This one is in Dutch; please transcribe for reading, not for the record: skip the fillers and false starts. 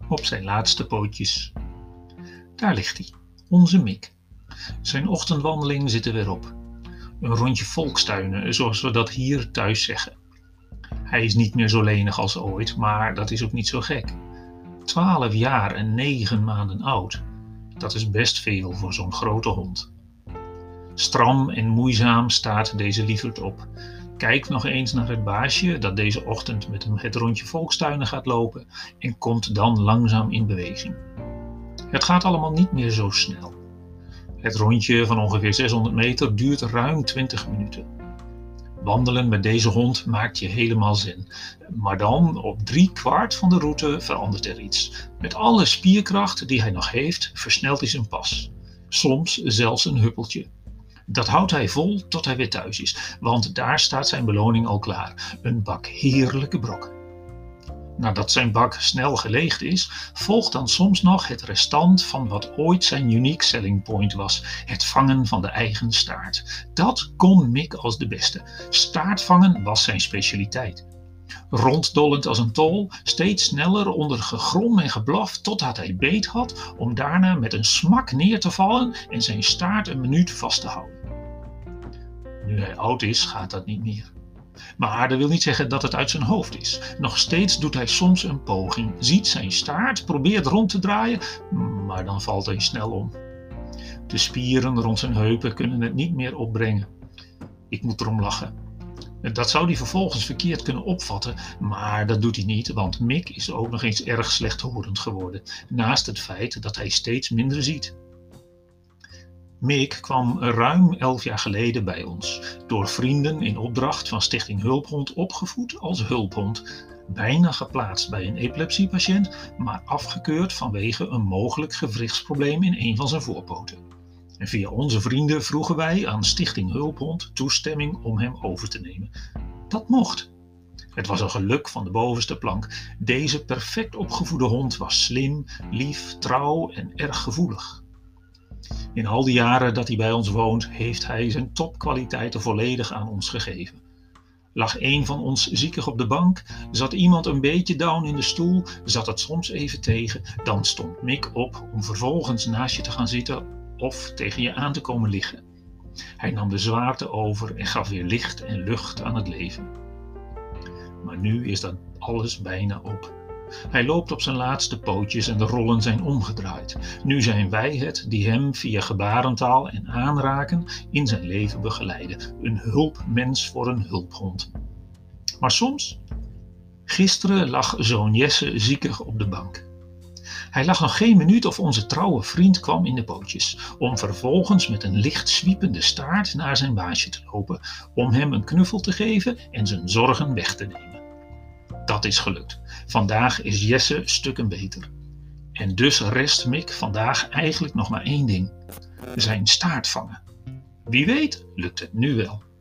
op zijn laatste pootjes. Daar ligt hij, onze Mick. Zijn ochtendwandeling zit er weer op. Een rondje volkstuinen, zoals we dat hier thuis zeggen. Hij is niet meer zo lenig als ooit, maar dat is ook niet zo gek. 12 jaar en 9 maanden oud. Dat is best veel voor zo'n grote hond. Stram en moeizaam staat deze lieverd op. Kijkt nog eens naar het baasje dat deze ochtend met hem het rondje volkstuinen gaat lopen en komt dan langzaam in beweging. Het gaat allemaal niet meer zo snel. Het rondje van ongeveer 600 meter duurt ruim 20 minuten. Wandelen met deze hond maakt je helemaal zen. Maar dan, op 3/4 van de route, verandert er iets. Met alle spierkracht die hij nog heeft, versnelt hij zijn pas. Soms zelfs een huppeltje. Dat houdt hij vol tot hij weer thuis is, want daar staat zijn beloning al klaar. Een bak heerlijke brokken. Nadat zijn bak snel geleegd is, volgt dan soms nog het restant van wat ooit zijn unique selling point was: het vangen van de eigen staart. Dat kon Mick als de beste. Staartvangen was zijn specialiteit. Ronddollend als een tol, steeds sneller onder gegrom en geblaf totdat hij beet had, om daarna met een smak neer te vallen en zijn staart een minuut vast te houden. Nu hij oud is, gaat dat niet meer. Maar dat wil niet zeggen dat het uit zijn hoofd is. Nog steeds doet hij soms een poging, ziet zijn staart, probeert rond te draaien, maar dan valt hij snel om. De spieren rond zijn heupen kunnen het niet meer opbrengen. Ik moet erom lachen. Dat zou hij vervolgens verkeerd kunnen opvatten, maar dat doet hij niet, want Mick is ook nog eens erg slechthorend geworden, naast het feit dat hij steeds minder ziet. Mick kwam ruim 11 jaar geleden bij ons, door vrienden in opdracht van Stichting Hulphond opgevoed als hulphond, bijna geplaatst bij een epilepsiepatiënt, maar afgekeurd vanwege een mogelijk gewrichtsprobleem in een van zijn voorpoten. En via onze vrienden vroegen wij aan Stichting Hulphond toestemming om hem over te nemen. Dat mocht. Het was een geluk van de bovenste plank. Deze perfect opgevoede hond was slim, lief, trouw en erg gevoelig. In al die jaren dat hij bij ons woont, heeft hij zijn topkwaliteiten volledig aan ons gegeven. Lag een van ons ziekig op de bank, zat iemand een beetje down in de stoel, zat het soms even tegen, dan stond Mick op om vervolgens naast je te gaan zitten of tegen je aan te komen liggen. Hij nam de zwaarte over en gaf weer licht en lucht aan het leven. Maar nu is dat alles bijna op. Hij loopt op zijn laatste pootjes en de rollen zijn omgedraaid. Nu zijn wij het die hem via gebarentaal en aanraken in zijn leven begeleiden. Een hulpmens voor een hulphond. Maar soms, gisteren lag zoon Jesse ziekig op de bank. Hij lag nog geen minuut of onze trouwe vriend kwam in de pootjes, om vervolgens met een licht zwiepende staart naar zijn baasje te lopen, om hem een knuffel te geven en zijn zorgen weg te nemen. Dat is gelukt. Vandaag is Jesse stukken beter. En dus rest Mick vandaag eigenlijk nog maar één ding: zijn staart vangen. Wie weet lukt het nu wel.